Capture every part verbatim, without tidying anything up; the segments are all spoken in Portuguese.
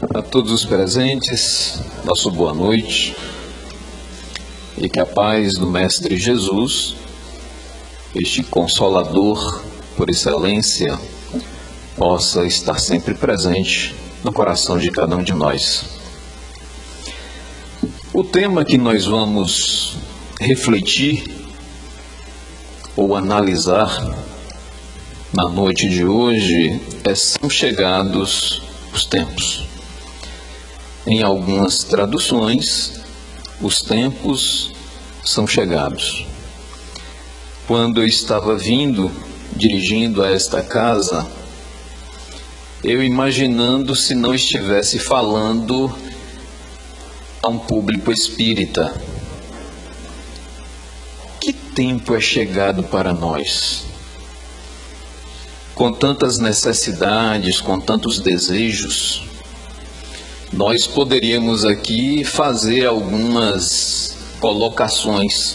A todos os presentes, nossa boa noite, e que a paz do Mestre Jesus, este Consolador por excelência, possa estar sempre presente no coração de cada um de nós. O tema que nós vamos refletir ou analisar na noite de hoje é: são chegados os tempos. Em algumas traduções, os tempos são chegados. Quando eu estava vindo, dirigindo a esta casa, eu imaginando se não estivesse falando a um público espírita. Que tempo é chegado para nós? Com tantas necessidades, com tantos desejos, nós poderíamos aqui fazer algumas colocações.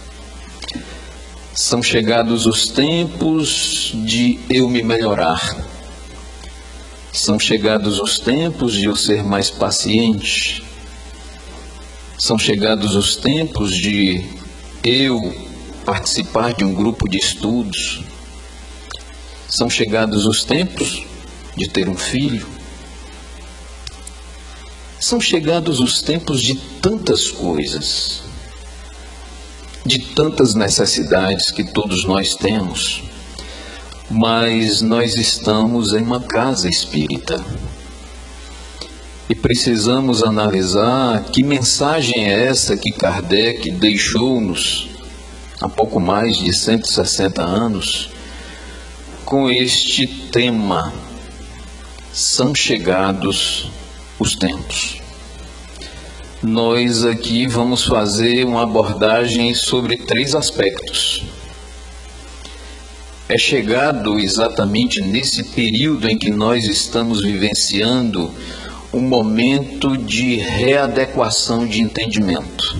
São chegados os tempos de eu me melhorar. São chegados os tempos de eu ser mais paciente. São chegados os tempos de eu participar de um grupo de estudos. São chegados os tempos de ter um filho. São chegados os tempos de tantas coisas, de tantas necessidades que todos nós temos, mas nós estamos em uma casa espírita e precisamos analisar que mensagem é essa que Kardec deixou-nos há pouco mais de cento e sessenta anos com este tema: são chegados os tempos. Nós aqui vamos fazer uma abordagem sobre três aspectos. É chegado exatamente nesse período em que nós estamos vivenciando um momento de readequação de entendimento.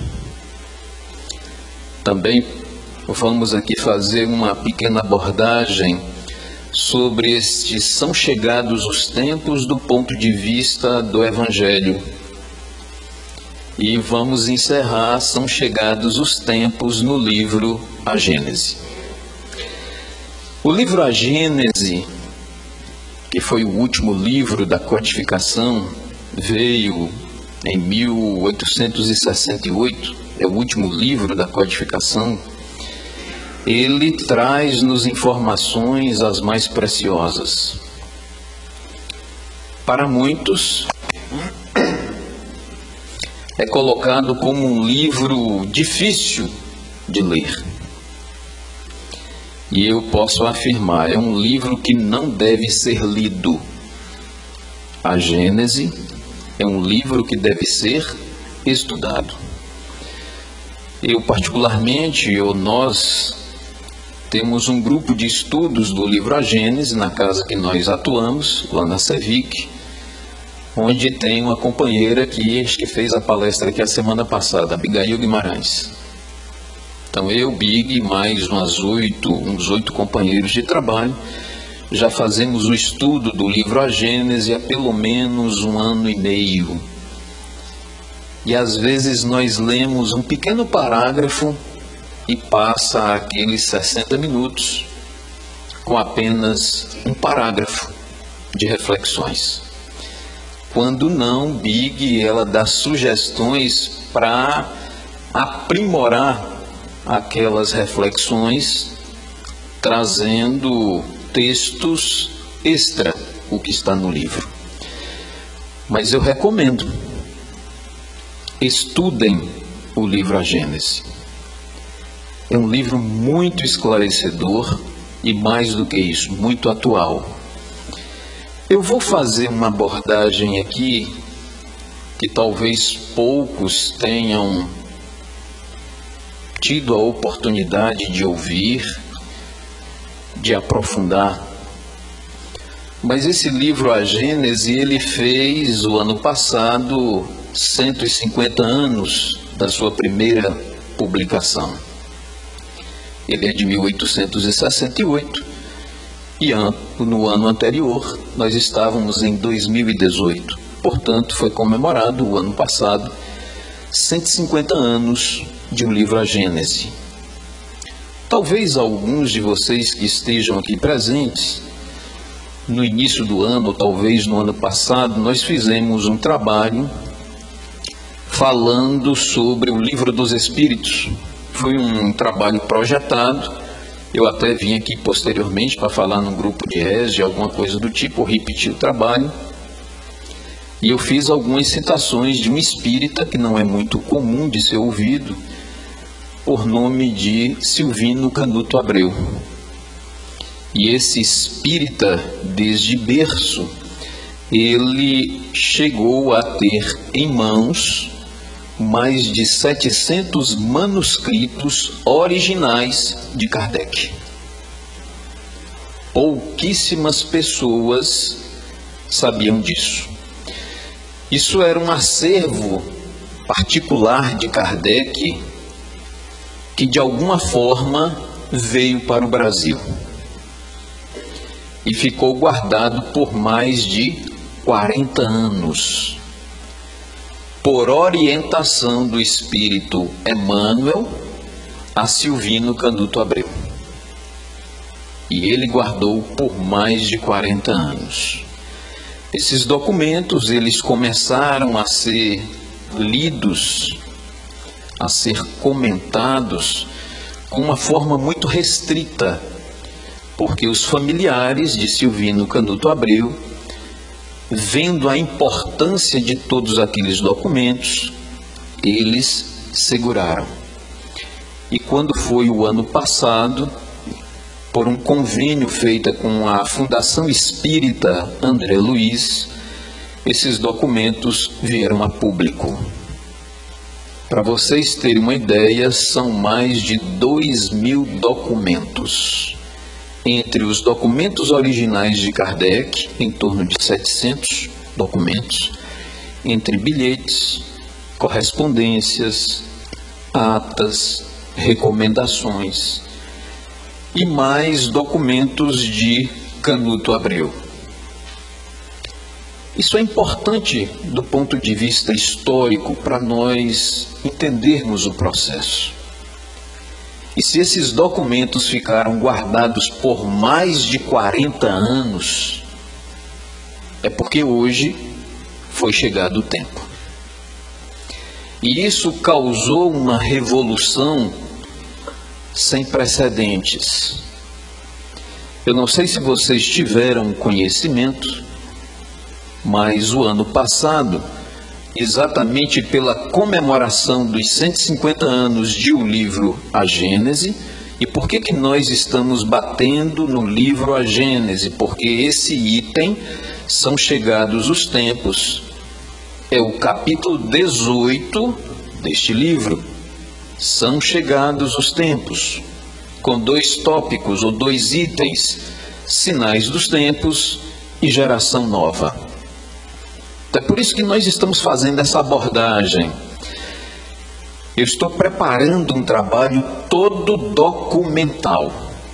Também vamos aqui fazer uma pequena abordagem sobre estes são chegados os tempos do ponto de vista do Evangelho. E vamos encerrar são chegados os tempos no livro A Gênese. O livro A Gênese, que foi o último livro da codificação, veio em mil oitocentos e sessenta e oito, é o último livro da codificação. Ele traz-nos informações as mais preciosas. Para muitos, é colocado como um livro difícil de ler. E eu posso afirmar, é um livro que não deve ser lido. A Gênese é um livro que deve ser estudado. Eu particularmente, ou nós, temos um grupo de estudos do livro A Gênese, na casa que nós atuamos, lá na Sevic, onde tem uma companheira aqui, que fez a palestra aqui a semana passada, Abigail Guimarães. Então eu, Big, mais umas oito, uns oito companheiros de trabalho, já fazemos o estudo do livro A Gênese há pelo menos um ano e meio. E às vezes nós lemos um pequeno parágrafo e passa aqueles sessenta minutos com apenas um parágrafo de reflexões. Quando não, Big, ela dá sugestões para aprimorar aquelas reflexões, trazendo textos extra o que está no livro. Mas eu recomendo, estudem o livro A Gênese. É um livro muito esclarecedor e, mais do que isso, muito atual. Eu vou fazer uma abordagem aqui que talvez poucos tenham tido a oportunidade de ouvir, de aprofundar. Mas esse livro A Gênese, ele fez o ano passado cento e cinquenta anos da sua primeira publicação. Ele é de mil oitocentos e sessenta e oito e no ano anterior nós estávamos em dois mil e dezoito. portanto, foi comemorado o ano passado cento e cinquenta anos de um livro, A Gênese. Talvez alguns de vocês que estejam aqui presentes, no início do ano, ou talvez no ano passado, nós fizemos um trabalho falando sobre o Livro dos Espíritos. Foi um trabalho projetado. Eu até vim aqui posteriormente para falar num grupo de reze, alguma coisa do tipo, ou repetir o trabalho. E eu fiz algumas citações de um espírita que não é muito comum de ser ouvido, por nome de Silvino Canuto Abreu. E esse espírita, desde berço, ele chegou a ter em mãos mais de setecentos manuscritos originais de Kardec. Pouquíssimas pessoas sabiam disso. Isso era um acervo particular de Kardec que de alguma forma veio para o Brasil e ficou guardado por mais de quarenta anos, por orientação do espírito Emmanuel a Silvino Canuto Abreu. E ele guardou por mais de quarenta anos. Esses documentos, eles começaram a ser lidos, a ser comentados com uma forma muito restrita, porque os familiares de Silvino Canuto Abreu, vendo a importância de todos aqueles documentos, eles seguraram. E quando foi o ano passado, por um convênio feito com a Fundação Espírita André Luiz, esses documentos vieram a público. Para vocês terem uma ideia, são mais de dois mil documentos. Entre os documentos originais de Kardec, em torno de setecentos documentos, entre bilhetes, correspondências, atas, recomendações e mais documentos de Canuto Abreu. Isso é importante do ponto de vista histórico para nós entendermos o processo. E se esses documentos ficaram guardados por mais de quarenta anos, é porque hoje foi chegado o tempo. E isso causou uma revolução sem precedentes. Eu não sei se vocês tiveram conhecimento, mas o ano passado, exatamente pela comemoração dos cento e cinquenta anos de o livro A Gênese. E por que que nós estamos batendo no livro A Gênese? Porque esse item, são chegados os tempos, é o capítulo dezoito deste livro. São chegados os tempos, com dois tópicos ou dois itens: sinais dos tempos e geração nova. É por isso que nós estamos fazendo essa abordagem. Eu estou preparando um trabalho todo documental,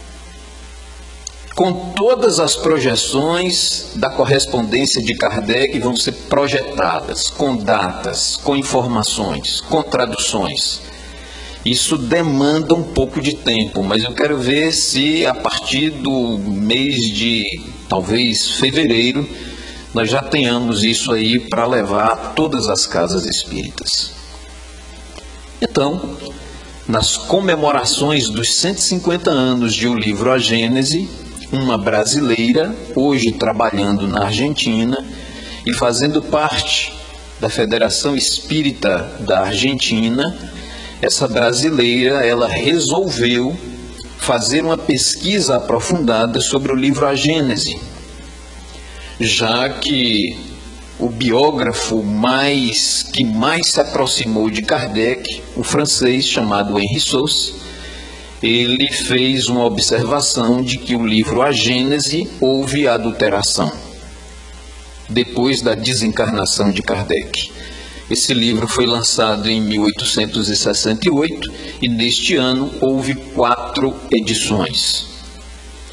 com todas as projeções da correspondência de Kardec vão ser projetadas, com datas, com informações, com traduções. Isso demanda um pouco de tempo, mas eu quero ver se a partir do mês de, talvez, fevereiro, nós já tenhamos isso aí para levar a todas as casas espíritas. Então, nas comemorações dos cento e cinquenta anos de o livro A Gênese, uma brasileira, hoje trabalhando na Argentina e fazendo parte da Federação Espírita da Argentina, essa brasileira, ela resolveu fazer uma pesquisa aprofundada sobre o livro A Gênese, já que o biógrafo mais, que mais se aproximou de Kardec, o francês chamado Henri Sauce, ele fez uma observação de que o livro A Gênese houve adulteração depois da desencarnação de Kardec. Esse livro foi lançado em mil oitocentos e sessenta e oito e neste ano houve quatro edições.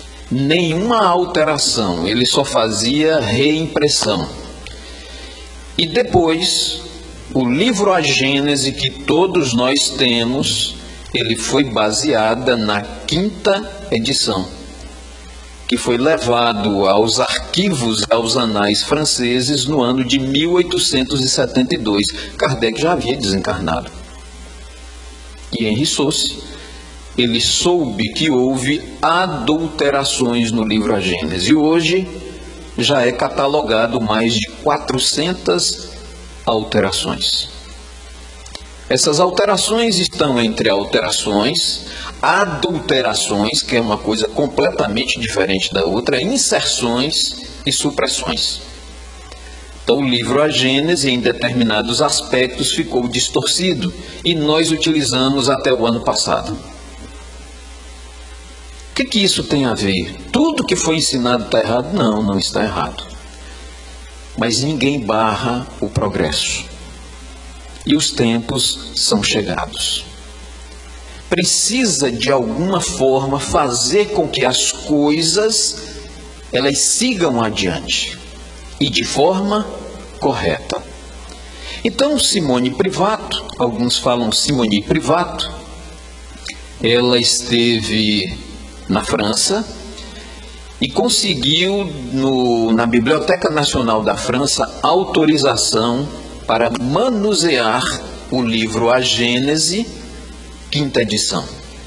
Nenhuma alteração, ele só fazia reimpressão. E depois, o livro A Gênese, que todos nós temos, ele foi baseada na quinta edição, que foi levado aos arquivos, aos anais franceses, no ano de mil oitocentos e setenta e dois. Kardec já havia desencarnado. E Henri Sauce, ele soube que houve adulterações no livro A Gênese. E hoje já é catalogado mais de quatrocentas alterações. Essas alterações estão entre alterações, adulterações, que é uma coisa completamente diferente da outra, inserções e supressões. Então, o livro A Gênese, em determinados aspectos, ficou distorcido e nós utilizamos até o ano passado. O que, que isso tem a ver? Tudo que foi ensinado está errado? Não, não está errado. Mas ninguém barra o progresso. E os tempos são chegados. Precisa, de alguma forma, fazer com que as coisas elas sigam adiante. E de forma correta. Então, Simone Privato, alguns falam Simone Privato, ela esteve na França e conseguiu no, na Biblioteca Nacional da França autorização para manusear o livro A Gênese, quinta edição.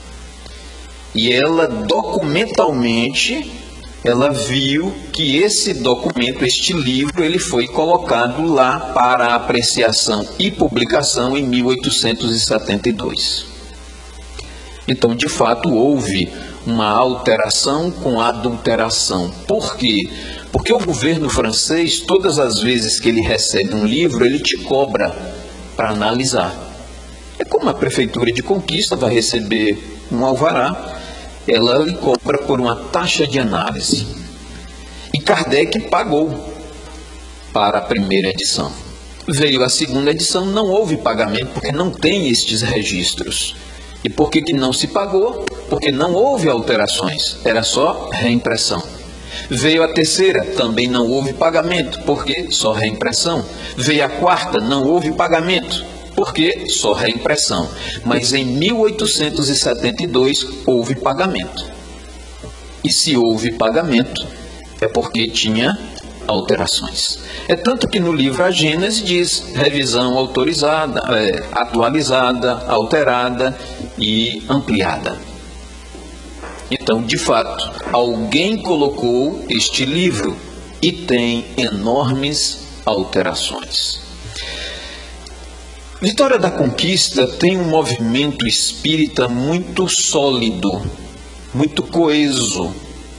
E ela documentalmente, ela viu que esse documento, este livro, ele foi colocado lá para apreciação e publicação em mil oitocentos e setenta e dois. Então, de fato, houve uma alteração com adulteração. Por quê? Porque o governo francês, todas as vezes que ele recebe um livro, ele te cobra para analisar. É como a Prefeitura de Conquista vai receber um alvará, ela lhe cobra por uma taxa de análise. E Kardec pagou para a primeira edição. Veio a segunda edição, não houve pagamento, porque não tem estes registros. E por que que não se pagou? Porque não houve alterações, era só reimpressão. Veio a terceira, também não houve pagamento, porque só reimpressão. Veio a quarta, não houve pagamento, porque só reimpressão. Mas em mil oitocentos e setenta e dois houve pagamento. E se houve pagamento, é porque tinha alterações. É tanto que no livro A Gênese diz revisão autorizada, é, atualizada, alterada e ampliada. Então, de fato, alguém colocou este livro e tem enormes alterações. Vitória da Conquista tem um movimento espírita muito sólido, muito coeso.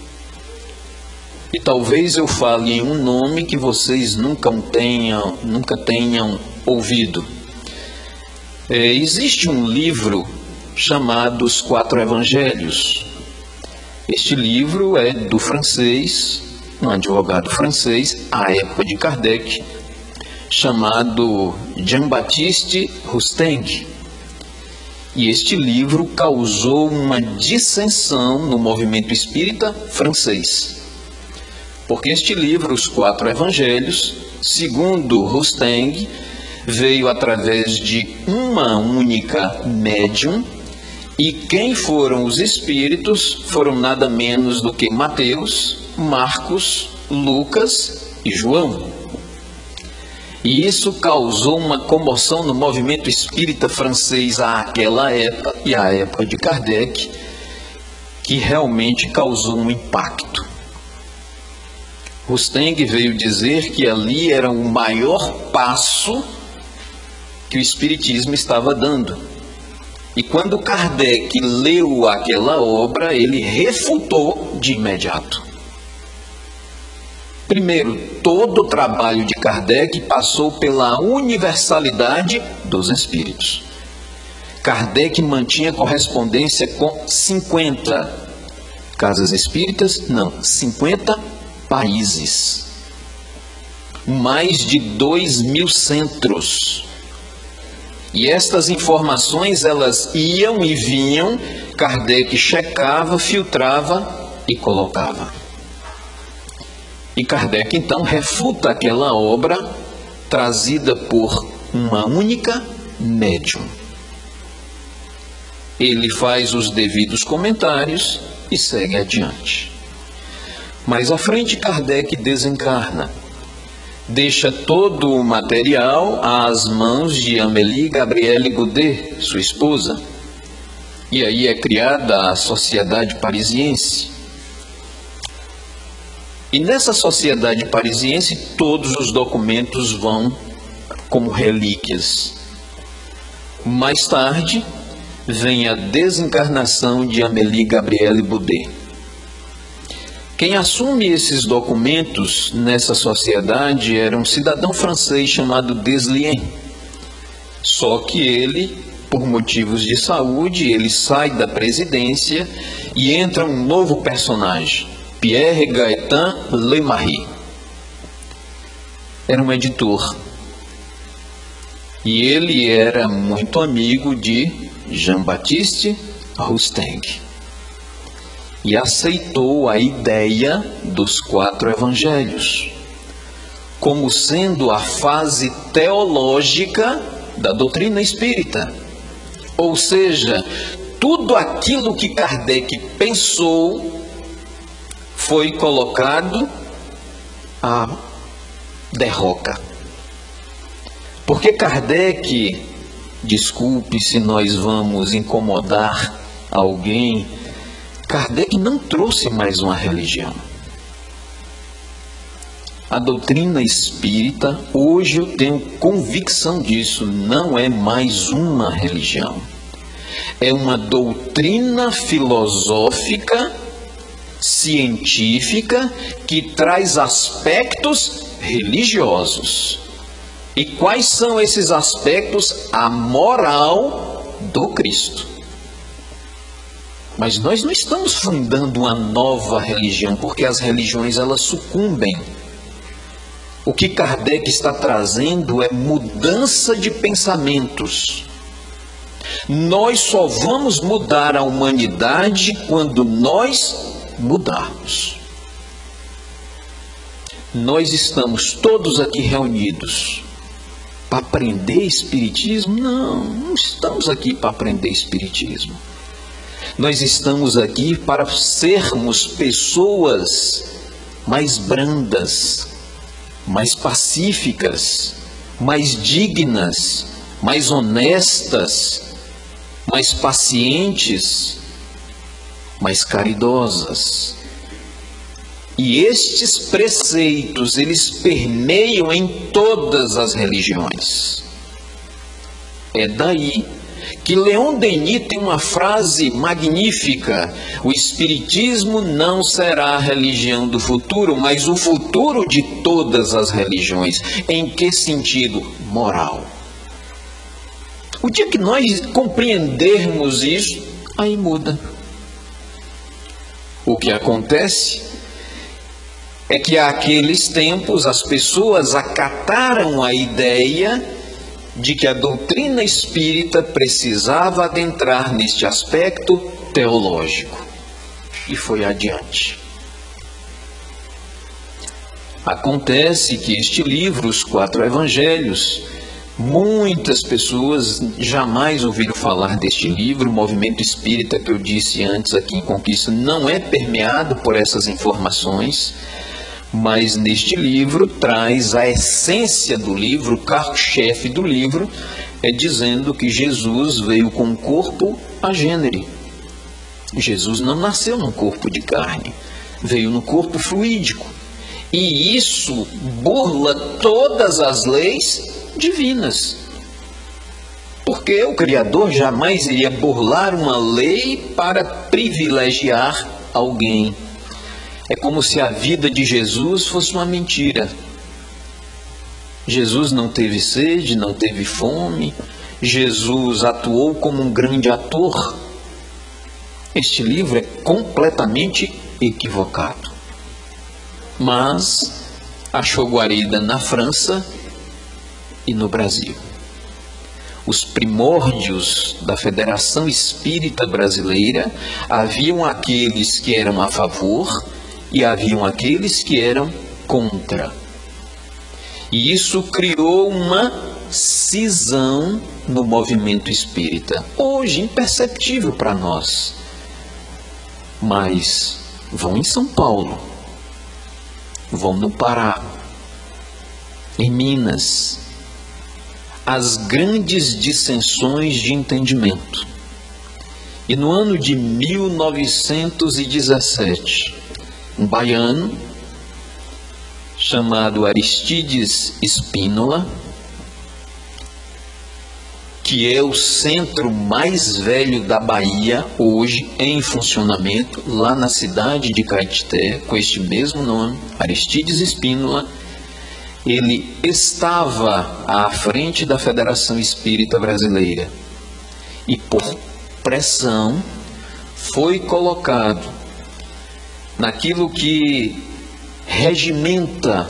E talvez eu fale em um nome que vocês nunca tenham, nunca tenham ouvido. É, existe um livro chamado Os Quatro Evangelhos. Este livro é do francês, um advogado francês, à época de Kardec, chamado Jean-Baptiste Rusteng. E este livro causou uma dissensão no movimento espírita francês. Porque este livro, Os Quatro Evangelhos, segundo Rusteng, veio através de uma única médium, e quem foram os espíritos foram nada menos do que Mateus, Marcos, Lucas e João. E isso causou uma comoção no movimento espírita francês àquela época, e à época de Kardec, que realmente causou um impacto. Rusteng veio dizer que ali era o maior passo que o espiritismo estava dando. E quando Kardec leu aquela obra, ele refutou de imediato. Primeiro, todo o trabalho de Kardec passou pela universalidade dos espíritos. Kardec mantinha correspondência com cinquenta casas espíritas, não, cinquenta países. Mais de dois mil centros. E estas informações, elas iam e vinham, Kardec checava, filtrava e colocava. E Kardec, então, refuta aquela obra trazida por uma única médium. Ele faz os devidos comentários e segue adiante. Mais à frente, Kardec desencarna. Deixa todo o material às mãos de Amélie Gabrielle Gaudet, sua esposa. E aí é criada a Sociedade Parisiense. E nessa Sociedade Parisiense, todos os documentos vão como relíquias. Mais tarde, vem a desencarnação de Amélie Gabrielle Gaudet. Quem assume esses documentos nessa sociedade era um cidadão francês chamado Deslien. Só que ele, por motivos de saúde, ele sai da presidência e entra um novo personagem, Pierre Gaëtan Lemarie. Era um editor. E ele era muito amigo de Jean-Baptiste Rostand. E aceitou a ideia dos quatro evangelhos como sendo a fase teológica da doutrina espírita. Ou seja, tudo aquilo que Kardec pensou foi colocado à derroca. Porque Kardec, desculpe se nós vamos incomodar alguém, Kardec não trouxe mais uma religião. A doutrina espírita, hoje eu tenho convicção disso, não é mais uma religião. É uma doutrina filosófica, científica, que traz aspectos religiosos. E quais são esses aspectos? A moral do Cristo. Mas nós não estamos fundando uma nova religião, porque as religiões elas sucumbem. O que Kardec está trazendo é mudança de pensamentos. Nós só vamos mudar a humanidade quando nós mudarmos. Nós estamos todos aqui reunidos para aprender Espiritismo? Não, não estamos aqui para aprender Espiritismo. Nós estamos aqui para sermos pessoas mais brandas, mais pacíficas, mais dignas, mais honestas, mais pacientes, mais caridosas. E estes preceitos, eles permeiam em todas as religiões. É daí que Leon Denis tem uma frase magnífica: o Espiritismo não será a religião do futuro, mas o futuro de todas as religiões. Em que sentido? Moral. O dia que nós compreendermos isso, aí muda. O que acontece é que àqueles tempos as pessoas acataram a ideia de que a doutrina espírita precisava adentrar neste aspecto teológico. E foi adiante. Acontece que este livro, Os Quatro Evangelhos, muitas pessoas jamais ouviram falar deste livro. O movimento espírita, que eu disse antes aqui em Conquista, não é permeado por essas informações. Mas neste livro traz a essência do livro, o carro-chefe do livro, é dizendo que Jesus veio com um corpo a gênero. Jesus não nasceu num corpo de carne, veio no corpo fluídico. E isso burla todas as leis divinas. Porque o Criador jamais iria burlar uma lei para privilegiar alguém. É como se a vida de Jesus fosse uma mentira. Jesus não teve sede, não teve fome. Jesus atuou como um grande ator. Este livro é completamente equivocado. Mas achou guarida na França e no Brasil. Os primórdios da Federação Espírita Brasileira, haviam aqueles que eram a favor e haviam aqueles que eram contra. E isso criou uma cisão no movimento espírita, hoje imperceptível para nós. Mas vão em São Paulo, vão no Pará, em Minas, as grandes dissensões de entendimento. E no ano de mil novecentos e dezessete, um baiano chamado Aristides Spínola, que é o centro mais velho da Bahia, hoje em funcionamento, lá na cidade de Caetité, com este mesmo nome, Aristides Spínola, ele estava à frente da Federação Espírita Brasileira e, por pressão, foi colocado naquilo que regimenta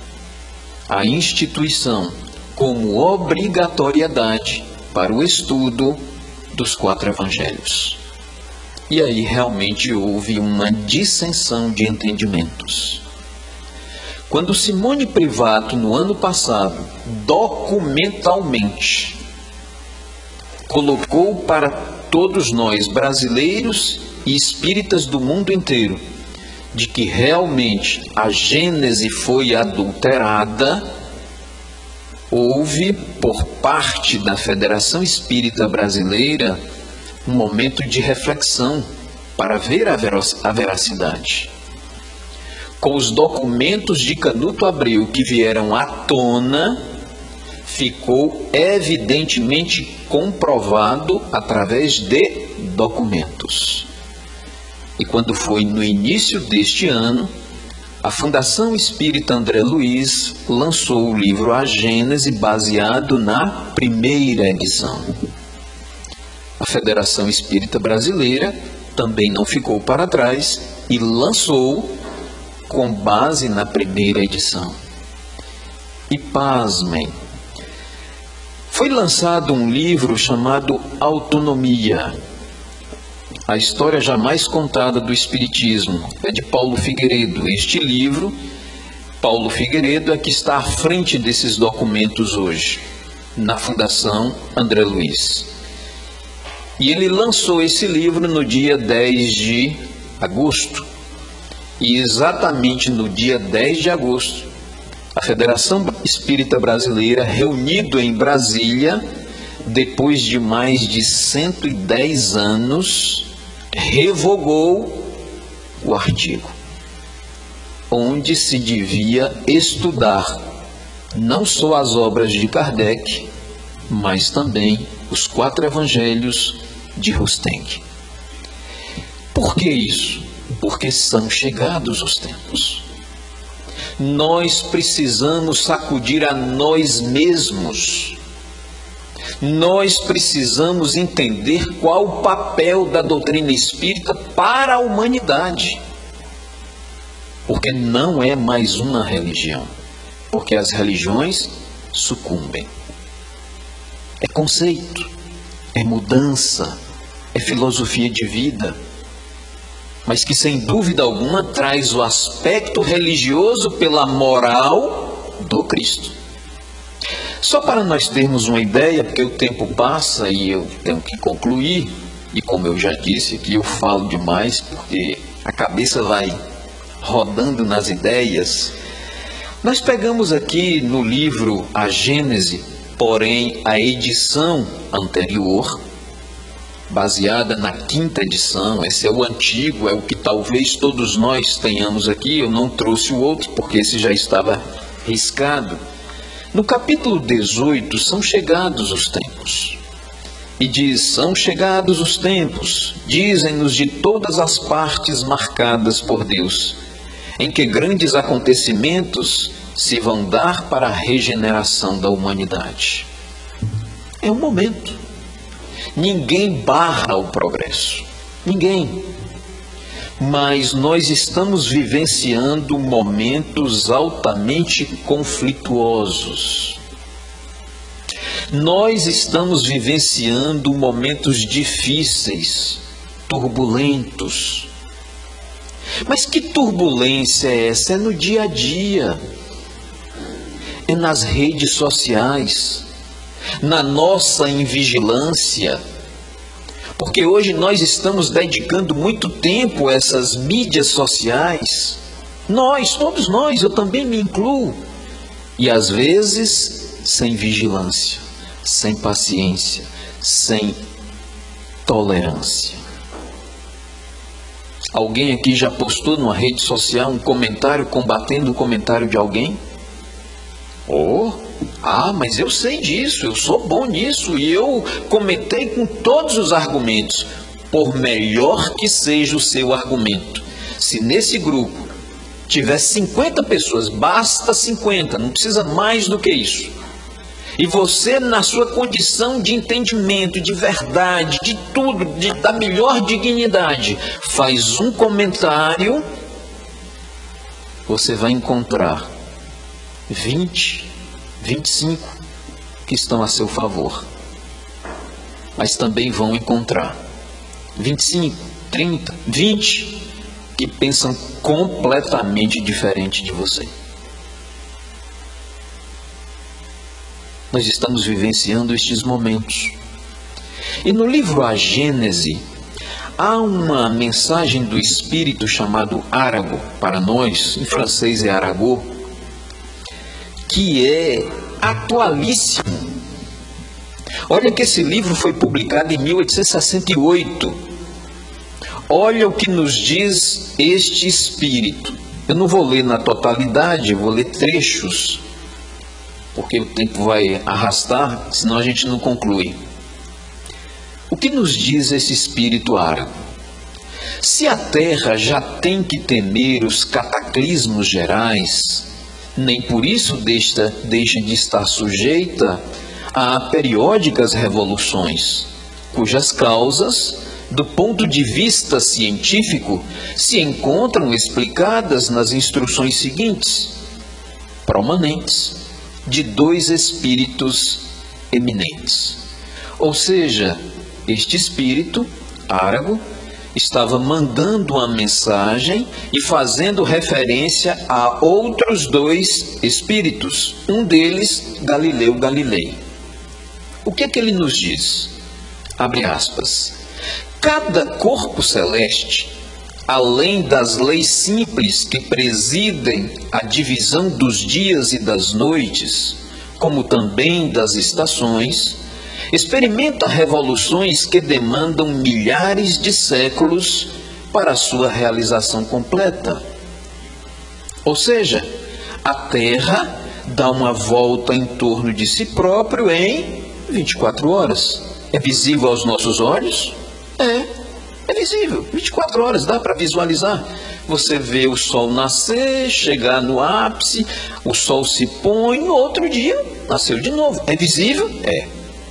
a instituição como obrigatoriedade para o estudo dos quatro evangelhos. E aí realmente houve uma dissensão de entendimentos. Quando Simone Privato, no ano passado, documentalmente, colocou para todos nós, brasileiros e espíritas do mundo inteiro, de que realmente a Gênese foi adulterada, houve, por parte da Federação Espírita Brasileira, um momento de reflexão para ver a veracidade. Com os documentos de Canuto Abreu que vieram à tona, ficou evidentemente comprovado através de documentos. E quando foi no início deste ano, a Fundação Espírita André Luiz lançou o livro A Gênese, baseado na primeira edição. A Federação Espírita Brasileira também não ficou para trás e lançou com base na primeira edição. E pasmem, foi lançado um livro chamado Autonomia, a história jamais contada do Espiritismo, é de Paulo Figueiredo. Este livro, Paulo Figueiredo é que está à frente desses documentos hoje, na Fundação André Luiz. E ele lançou esse livro no dia dez de agosto. E exatamente no dia dez de agosto, a Federação Espírita Brasileira, reunido em Brasília, depois de mais de cento e dez anos, revogou o artigo, onde se devia estudar não só as obras de Kardec, mas também os quatro evangelhos de Rusteng. Por que isso? Porque são chegados os tempos. Nós precisamos sacudir a nós mesmos. Nós precisamos entender qual o papel da doutrina espírita para a humanidade. Porque não é mais uma religião. Porque as religiões sucumbem. É conceito, é mudança, é filosofia de vida, mas que sem dúvida alguma traz o aspecto religioso pela moral do Cristo. Só para nós termos uma ideia, porque o tempo passa e eu tenho que concluir, e como eu já disse aqui, eu falo demais, porque a cabeça vai rodando nas ideias. Nós pegamos aqui no livro A Gênese, porém a edição anterior, baseada na quinta edição, esse é o antigo, é o que talvez todos nós tenhamos aqui, eu não trouxe o outro, porque esse já estava riscado. No capítulo dezoito, são chegados os tempos. E diz, são chegados os tempos, dizem-nos de todas as partes marcadas por Deus, em que grandes acontecimentos se vão dar para a regeneração da humanidade. É o momento. Ninguém barra o progresso. Ninguém. Mas nós estamos vivenciando momentos altamente conflituosos. Nós estamos vivenciando momentos difíceis, turbulentos. Mas que turbulência é essa? É no dia a dia. é nas redes sociais, na nossa invigilância. Porque hoje nós estamos dedicando muito tempo a essas mídias sociais. Nós, todos nós, eu também me incluo. E às vezes, sem vigilância, sem paciência, sem tolerância. Alguém aqui já postou numa rede social um comentário combatendo o comentário de alguém? Oh, ah, mas eu sei disso, eu sou bom nisso e eu comentei com todos os argumentos. Por melhor que seja o seu argumento, se nesse grupo tiver cinquenta pessoas, basta cinquenta, não precisa mais do que isso. E você, na sua condição de entendimento, de verdade, de tudo, de, da melhor dignidade, faz um comentário, você vai encontrar vinte, vinte e cinco que estão a seu favor. Mas também vão encontrar vinte e cinco, trinta, vinte que pensam completamente diferente de você. Nós estamos vivenciando estes momentos. E no livro A Gênese, há uma mensagem do Espírito chamado Arago, para nós, em francês é Arago, que é atualíssimo. Olha que esse livro foi publicado em mil oitocentos e sessenta e oito. Olha o que nos diz este Espírito. Eu não vou ler na totalidade, eu vou ler trechos, porque o tempo vai arrastar, senão a gente não conclui. O que nos diz esse Espírito Arago? Se a Terra já tem que temer os cataclismos gerais, nem por isso deixa, deixa de estar sujeita a periódicas revoluções, cujas causas, do ponto de vista científico, se encontram explicadas nas instruções seguintes, promanentes, de dois espíritos eminentes. Ou seja, este espírito, Arago, estava mandando uma mensagem e fazendo referência a outros dois espíritos, um deles, Galileu Galilei. O que é que ele nos diz? Abre aspas. Cada corpo celeste, além das leis simples que presidem a divisão dos dias e das noites, como também das estações, experimenta revoluções que demandam milhares de séculos para a sua realização completa. Ou seja, a Terra dá uma volta em torno de si próprio em vinte e quatro horas. É visível aos nossos olhos? É, é visível. vinte e quatro horas, dá para visualizar. Você vê o sol nascer, chegar no ápice, o sol se põe, no outro dia nasceu de novo. É visível? É.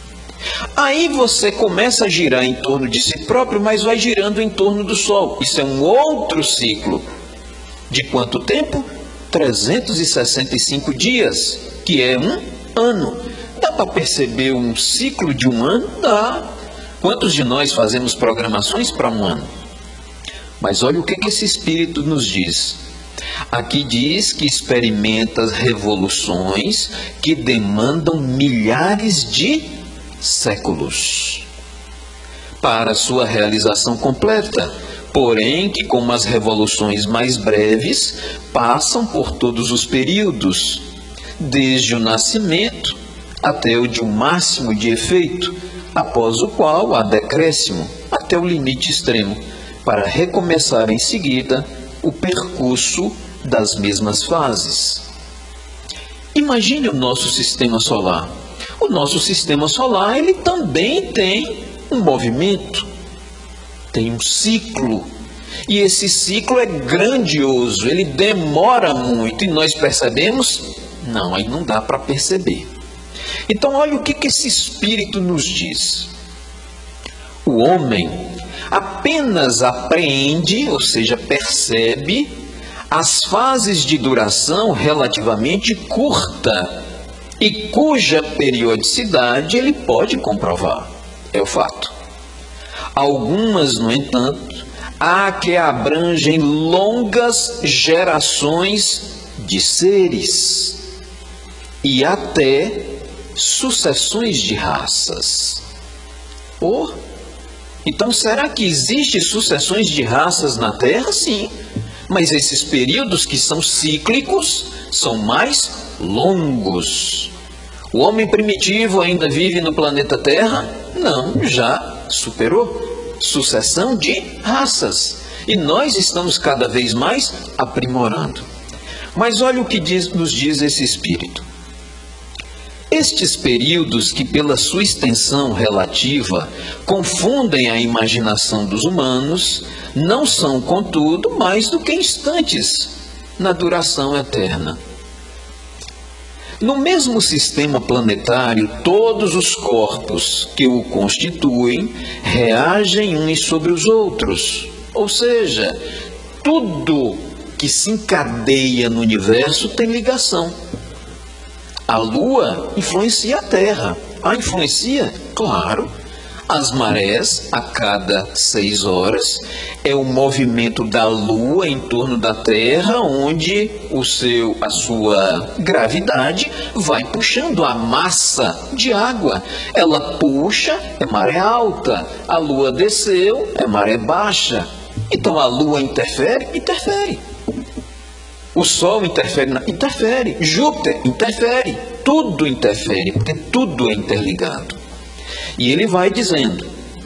Aí você começa a girar em torno de si próprio, mas vai girando em torno do sol. Isso é um outro ciclo. De quanto tempo? trezentos e sessenta e cinco dias, que é um ano. Dá para perceber um ciclo de um ano? Dá. Quantos de nós fazemos programações para um ano? Mas olha o que esse Espírito nos diz. Aqui diz que experimenta as revoluções que demandam milhares de séculos para sua realização completa, porém que, como as revoluções mais breves, passam por todos os períodos, desde o nascimento até o de um máximo de efeito, após o qual há decréscimo até o limite extremo, para recomeçar em seguida o percurso das mesmas fases. Imagine o nosso sistema solar. O nosso sistema solar, ele também tem um movimento, tem um ciclo. E esse ciclo é grandioso, ele demora muito. E nós percebemos? Não, aí não dá para perceber. Então, olha o que, que esse Espírito nos diz. O homem apenas apreende, ou seja, percebe, as fases de duração relativamente curta e cuja periodicidade ele pode comprovar. É o fato. Algumas, no entanto, há que abrangem longas gerações de seres. e até sucessões de raças. Oh, então será que existem sucessões de raças na Terra? Sim, mas esses períodos que são cíclicos são mais longos. O homem primitivo ainda vive no planeta Terra? Não, já superou. Sucessão de raças. E nós estamos cada vez mais aprimorando. Mas olha o que diz, nos diz esse Espírito. Estes períodos que, pela sua extensão relativa, confundem a imaginação dos humanos, não são, contudo, mais do que instantes na duração eterna. No mesmo sistema planetário, todos os corpos que o constituem reagem uns sobre os outros. Ou seja, tudo que se encadeia no universo tem ligação. A Lua influencia a Terra. A influencia? Claro. As marés, a cada seis horas, é o movimento da Lua em torno da Terra, onde o seu, a sua gravidade vai puxando a massa de água. Ela puxa, é maré alta. A Lua desceu, é maré baixa. Então a Lua interfere? Interfere. O Sol interfere? Interfere. Júpiter interfere. Tudo interfere, porque tudo é interligado. E ele vai dizendo,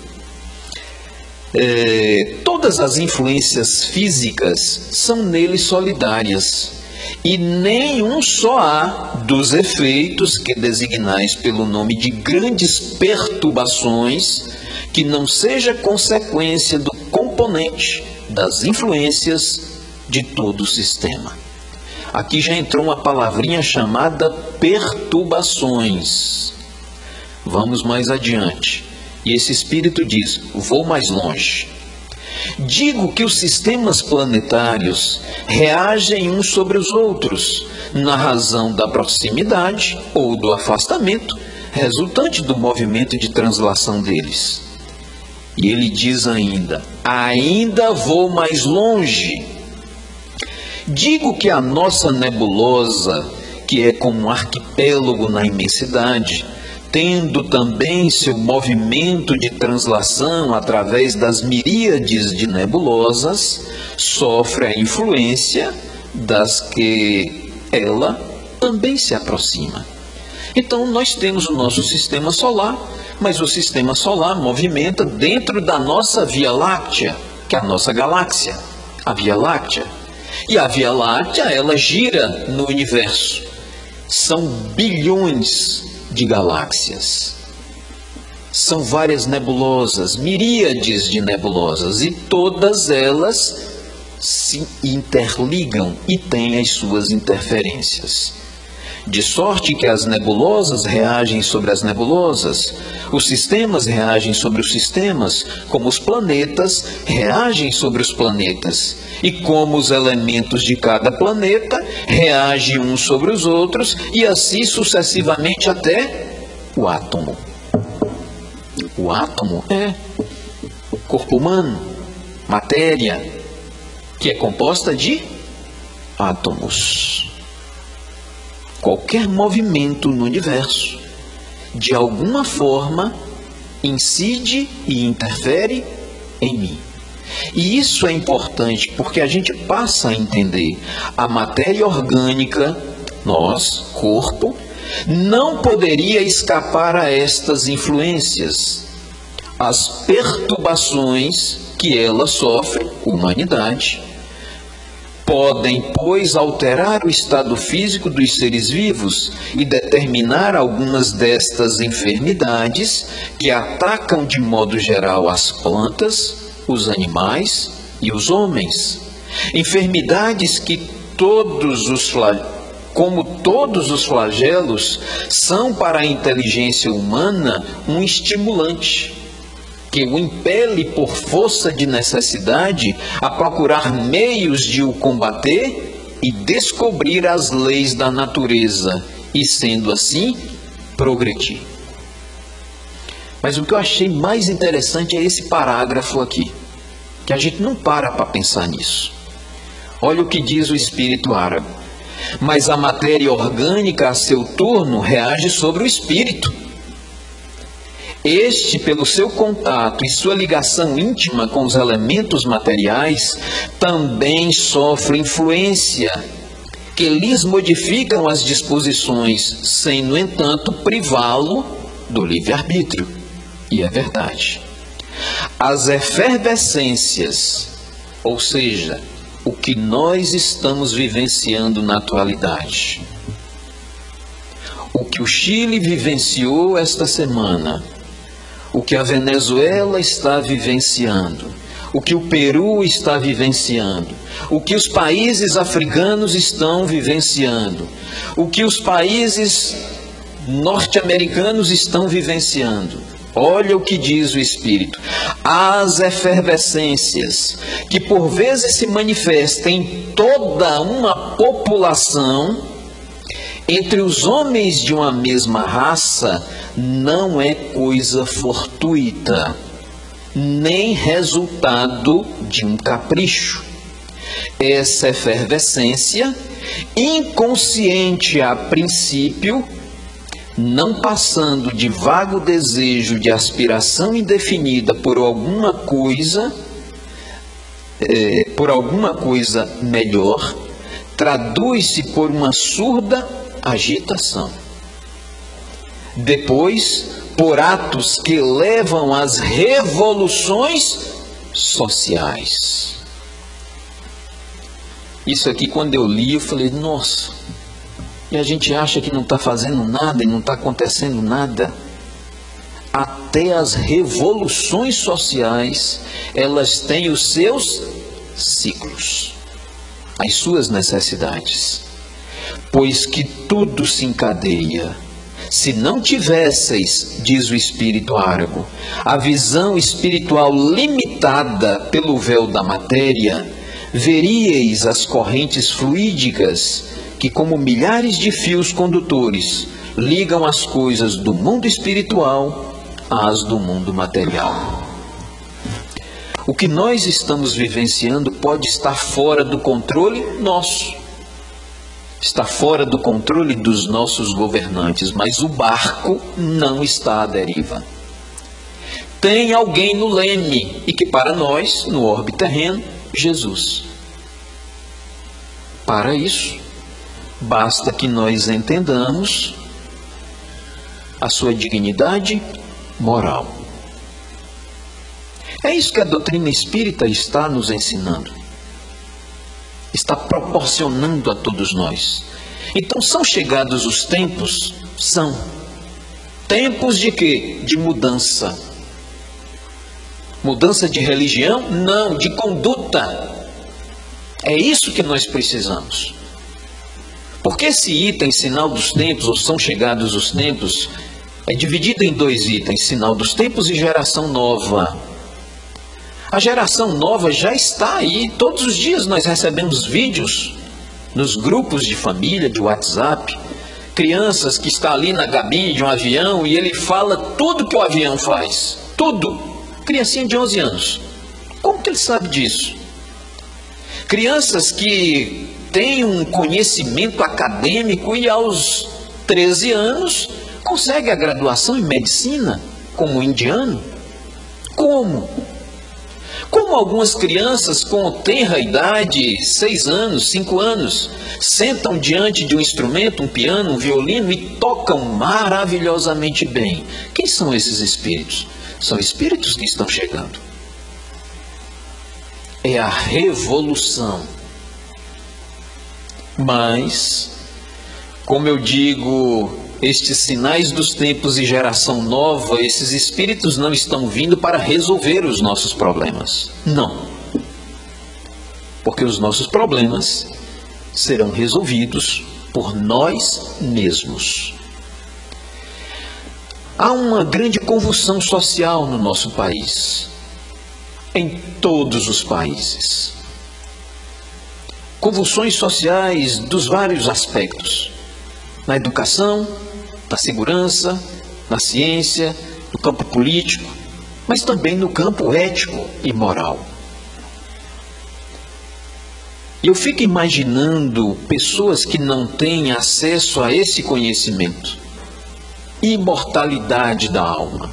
é, todas as influências físicas são nele solidárias, e nenhum só há dos efeitos que designais pelo nome de grandes perturbações que não seja consequência do componente das influências de todo o sistema. Aqui já entrou uma palavrinha chamada perturbações. Vamos mais adiante. E esse Espírito diz, vou mais longe. Digo que os sistemas planetários reagem uns sobre os outros, na razão da proximidade ou do afastamento, resultante do movimento de translação deles. E ele diz ainda, ainda vou mais longe. Digo que a nossa nebulosa, que é como um arquipélago na imensidade, tendo também seu movimento de translação através das miríades de nebulosas, sofre a influência das que ela também se aproxima. Então nós temos o nosso sistema solar, mas o sistema solar movimenta dentro da nossa Via Láctea, que é a nossa galáxia, a Via Láctea. E a Via Láctea, ela gira no universo. São bilhões de galáxias. São várias nebulosas, miríades de nebulosas, e todas elas se interligam e têm as suas interferências. De sorte que as nebulosas reagem sobre as nebulosas, os sistemas reagem sobre os sistemas, como os planetas reagem sobre os planetas, e como os elementos de cada planeta reagem uns sobre os outros, e assim sucessivamente até o átomo. O átomo é corpo humano, matéria, que é composta de átomos. Qualquer movimento no universo, de alguma forma, incide e interfere em mim. E isso é importante porque a gente passa a entender a matéria orgânica, nós, corpo, não poderia escapar a estas influências, as perturbações que ela sofre, humanidade. Podem, pois, alterar o estado físico dos seres vivos e determinar algumas destas enfermidades que atacam de modo geral as plantas, os animais e os homens. Enfermidades que todos os como todos os flagelos são para a inteligência humana um estimulante que o impele por força de necessidade a procurar meios de o combater e descobrir as leis da natureza, e sendo assim, progredir. Mas o que eu achei mais interessante é esse parágrafo aqui, que a gente não para para pensar nisso. Olha o que diz o Espírito Árabe. Mas a matéria orgânica, a seu turno, reage sobre o espírito. Este, pelo seu contato e sua ligação íntima com os elementos materiais, também sofre influência que lhes modificam as disposições, sem, no entanto, privá-lo do livre-arbítrio. E é verdade. As efervescências, ou seja, o que nós estamos vivenciando na atualidade, o que o Chile vivenciou esta semana, o que a Venezuela está vivenciando, o que o Peru está vivenciando, o que os países africanos estão vivenciando, o que os países norte-americanos estão vivenciando. Olha o que diz o Espírito. As efervescências que por vezes se manifestam em toda uma população, entre os homens de uma mesma raça, não é coisa fortuita, nem resultado de um capricho. Essa efervescência, inconsciente a princípio, não passando de vago desejo de aspiração indefinida por alguma coisa, é, por alguma coisa melhor, traduz-se por uma surda agitação. Depois, por atos que levam às revoluções sociais. Isso aqui, quando eu li, eu falei, nossa, e a gente acha que não está fazendo nada e não está acontecendo nada. Até as revoluções sociais, elas têm os seus ciclos, as suas necessidades. Pois que tudo se encadeia. Se não tivesseis, diz o Espírito Árago, a visão espiritual limitada pelo véu da matéria, veríeis as correntes fluídicas que, como milhares de fios condutores, ligam as coisas do mundo espiritual às do mundo material. O que nós estamos vivenciando pode estar fora do controle nosso, está fora do controle dos nossos governantes, mas o barco não está à deriva. Tem alguém no leme, e que para nós, no orbe terreno, Jesus. Para isso, basta que nós entendamos a sua dignidade moral. É isso que a doutrina espírita está nos ensinando. Está proporcionando a todos nós. Então, são chegados os tempos? São. Tempos de quê? De mudança. Mudança de religião? Não, de conduta. É isso que nós precisamos. Porque esse item, sinal dos tempos, ou são chegados os tempos, é dividido em dois itens, sinal dos tempos e geração nova. A geração nova já está aí. Todos os dias nós recebemos vídeos nos grupos de família, de WhatsApp, crianças que estão ali na cabine de um avião e ele fala tudo que o avião faz. Tudo. Criancinha de onze anos. Como que ele sabe disso? Crianças que têm um conhecimento acadêmico e aos treze anos conseguem a graduação em medicina, como um indiano. Como? Como algumas crianças com tenra idade, seis anos, cinco anos, sentam diante de um instrumento, um piano, um violino e tocam maravilhosamente bem. Quem são esses espíritos? São espíritos que estão chegando. É a revolução. Mas, como eu digo, estes sinais dos tempos e geração nova, esses espíritos não estão vindo para resolver os nossos problemas. Não. Porque os nossos problemas serão resolvidos por nós mesmos. Há uma grande convulsão social no nosso país. Em todos os países. Convulsões sociais dos vários aspectos. Na educação, na segurança, na ciência, no campo político, mas também no campo ético e moral. Eu fico imaginando pessoas que não têm acesso a esse conhecimento. Imortalidade da alma.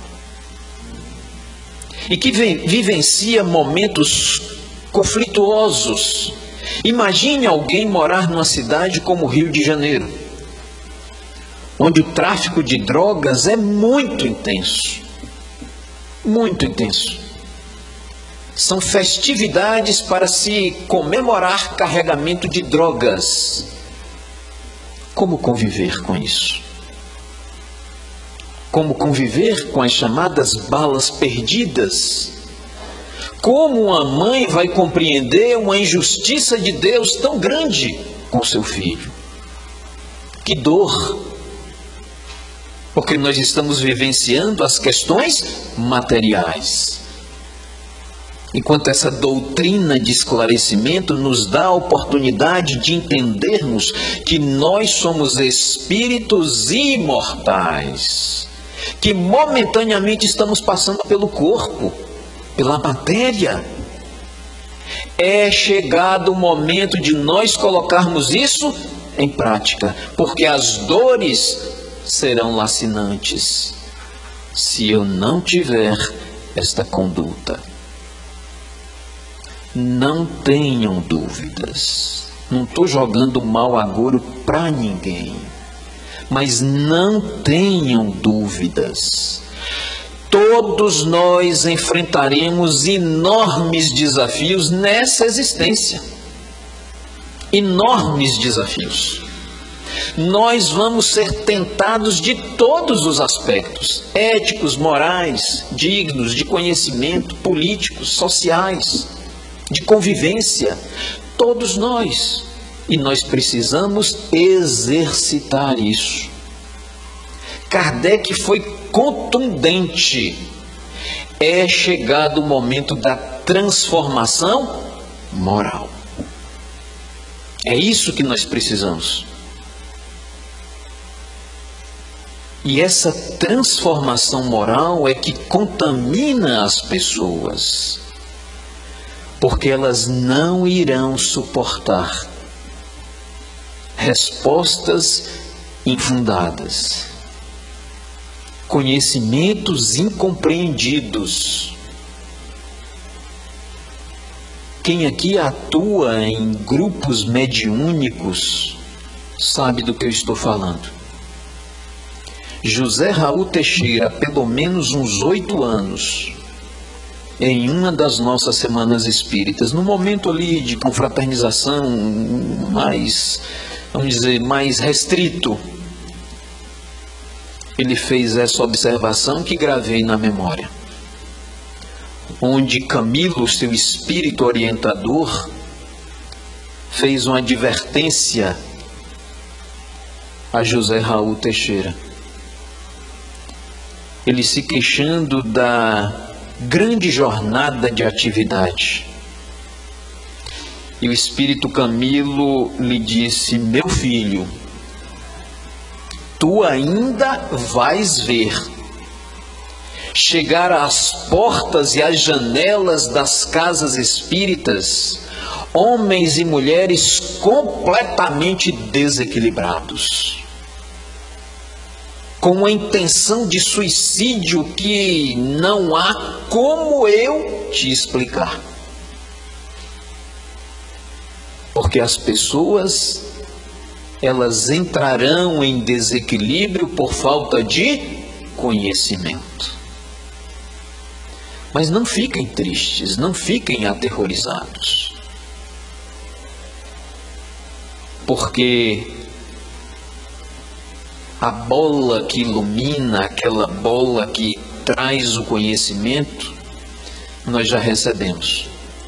E que vivencia momentos conflituosos. Imagine alguém morar numa cidade como o Rio de Janeiro, onde o tráfico de drogas é muito intenso. Muito intenso. São festividades para se comemorar carregamento de drogas. Como conviver com isso? Como conviver com as chamadas balas perdidas? Como uma mãe vai compreender uma injustiça de Deus tão grande com seu filho? Que dor! Porque nós estamos vivenciando as questões materiais. Enquanto essa doutrina de esclarecimento nos dá a oportunidade de entendermos que nós somos espíritos imortais, que momentaneamente estamos passando pelo corpo, pela matéria. É chegado o momento de nós colocarmos isso em prática, porque as dores serão lacinantes se eu não tiver esta conduta. Não tenham dúvidas. Não estou jogando mau agouro para ninguém, mas não tenham dúvidas. Todos nós enfrentaremos enormes desafios nessa existência. Enormes desafios. Nós vamos ser tentados de todos os aspectos, éticos, morais, dignos, de conhecimento, políticos, sociais, de convivência, todos nós. E nós precisamos exercitar isso. Kardec foi contundente. É chegado o momento da transformação moral. É isso que nós precisamos. E essa transformação moral é que contamina as pessoas, porque elas não irão suportar respostas infundadas, conhecimentos incompreendidos. Quem aqui atua em grupos mediúnicos sabe do que eu estou falando. José Raul Teixeira, pelo menos uns oito anos, em uma das nossas semanas espíritas, no momento ali de confraternização mais, vamos dizer, mais restrito, ele fez essa observação que gravei na memória, onde Camilo, seu espírito orientador, fez uma advertência a José Raul Teixeira. Ele se queixando da grande jornada de atividade. E o espírito Camilo lhe disse: meu filho, tu ainda vais ver chegar às portas e às janelas das casas espíritas homens e mulheres completamente desequilibrados, com uma intenção de suicídio que não há como eu te explicar. Porque as pessoas, elas entrarão em desequilíbrio por falta de conhecimento. Mas não fiquem tristes, não fiquem aterrorizados. Porque a bola que ilumina, aquela bola que traz o conhecimento, nós já recebemos.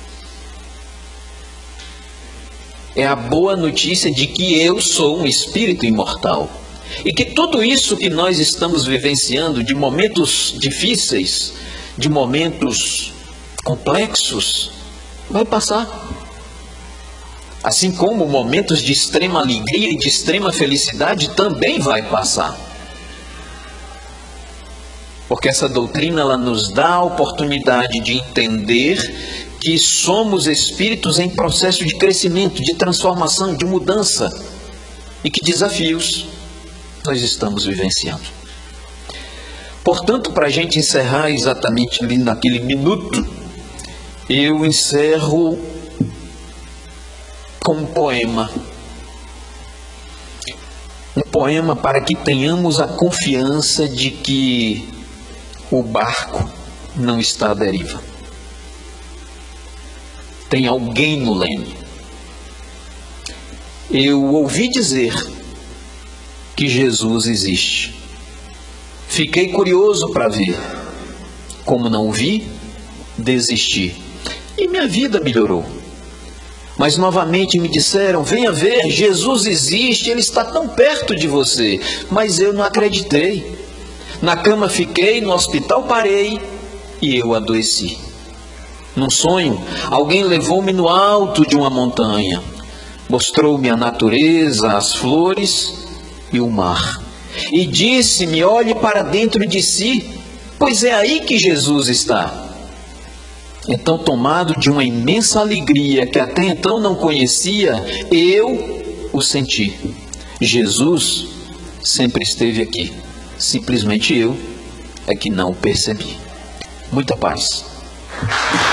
É a boa notícia de que eu sou um espírito imortal. E que tudo isso que nós estamos vivenciando, de momentos difíceis, de momentos complexos, vai passar. Assim como momentos de extrema alegria e de extrema felicidade também vai passar. Porque essa doutrina, ela nos dá a oportunidade de entender que somos espíritos em processo de crescimento, de transformação, de mudança, e que desafios nós estamos vivenciando. Portanto, para a gente encerrar exatamente ali naquele minuto, eu encerro com um poema. Um poema para que tenhamos a confiança de que o barco não está à deriva. Tem alguém no leme. Eu ouvi dizer que Jesus existe. Fiquei curioso para ver. Como não o vi, desisti. E minha vida melhorou. Mas novamente me disseram, venha ver, Jesus existe, Ele está tão perto de você. Mas eu não acreditei. Na cama fiquei, no hospital parei e eu adoeci. Num sonho, alguém levou-me no alto de uma montanha. Mostrou-me a natureza, as flores e o mar. E disse-me, olhe para dentro de si, pois é aí que Jesus está. Então, tomado de uma imensa alegria que até então não conhecia, eu o senti. Jesus sempre esteve aqui. Simplesmente eu é que não o percebi. Muita paz.